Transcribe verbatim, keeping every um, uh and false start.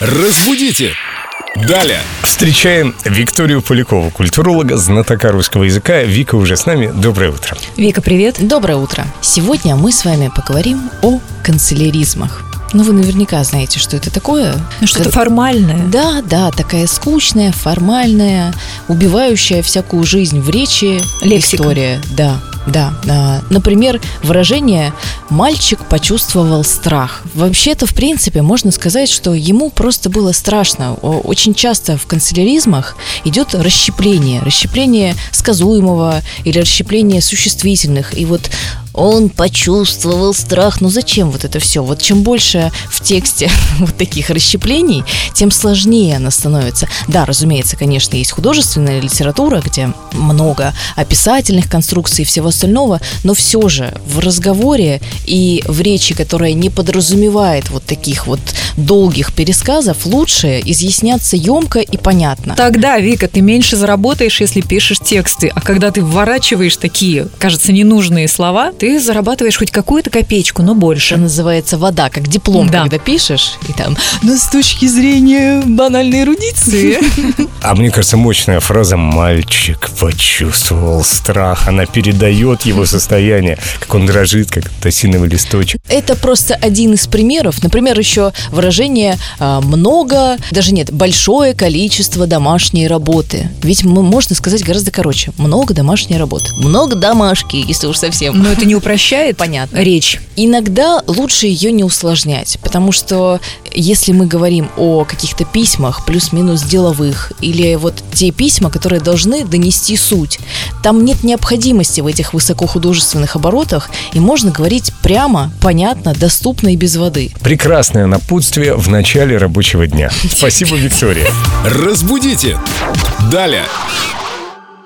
Разбудите! Далее! Встречаем Викторию Полякову, культуролога, знатока русского языка. Вика уже с нами. Доброе утро. Вика, привет. Доброе утро. Сегодня мы с вами поговорим о канцеляризмах. Ну, вы наверняка знаете, что это такое. Ну, что-то Как... формальное. Да, да, такая скучная, формальная, убивающая всякую жизнь в речи Лексика. история. Да, да. А, например, выражение «мальчик почувствовал страх». Вообще-то, в принципе, можно сказать, что ему просто было страшно. Очень часто в канцеляризмах идет расщепление. Расщепление сказуемого или расщепление существительных. И вот он почувствовал страх. Ну зачем вот это все? Вот чем больше в тексте вот таких расщеплений, тем сложнее она становится. Да, разумеется, конечно, есть художественная литература, где много описательных конструкций и всего остального, но все же в разговоре и в речи, которая не подразумевает вот таких вот долгих пересказов, лучше изъясняться емко и понятно. Тогда, Вика, ты меньше заработаешь, если пишешь тексты. А когда ты вворачиваешь такие, кажется, ненужные слова, ты зарабатываешь хоть какую-то копеечку, но больше. Это называется вода, как диплом, Да. когда пишешь, и там, но с точки зрения банальной эрудиции. А мне кажется, мощная фраза «мальчик почувствовал страх». Она передает его состояние, как он дрожит, как осиновый листочек. Это просто один из примеров. Например, еще выражение а, «много», даже нет, «большое количество домашней работы». Ведь м- можно сказать гораздо короче. «Много домашней работы». «Много домашки», если уж совсем. Но это не упрощает Понятно. речь. Иногда лучше ее не усложнять, потому что если мы говорим о каких-то письмах плюс-минус деловых или вот те письма, которые должны донести суть, там нет необходимости в этих высокохудожественных оборотах, и можно говорить прямо, понятно, доступно и без воды. Прекрасное напутствие в начале рабочего дня. Спасибо, Виктория. Разбудите! Далее!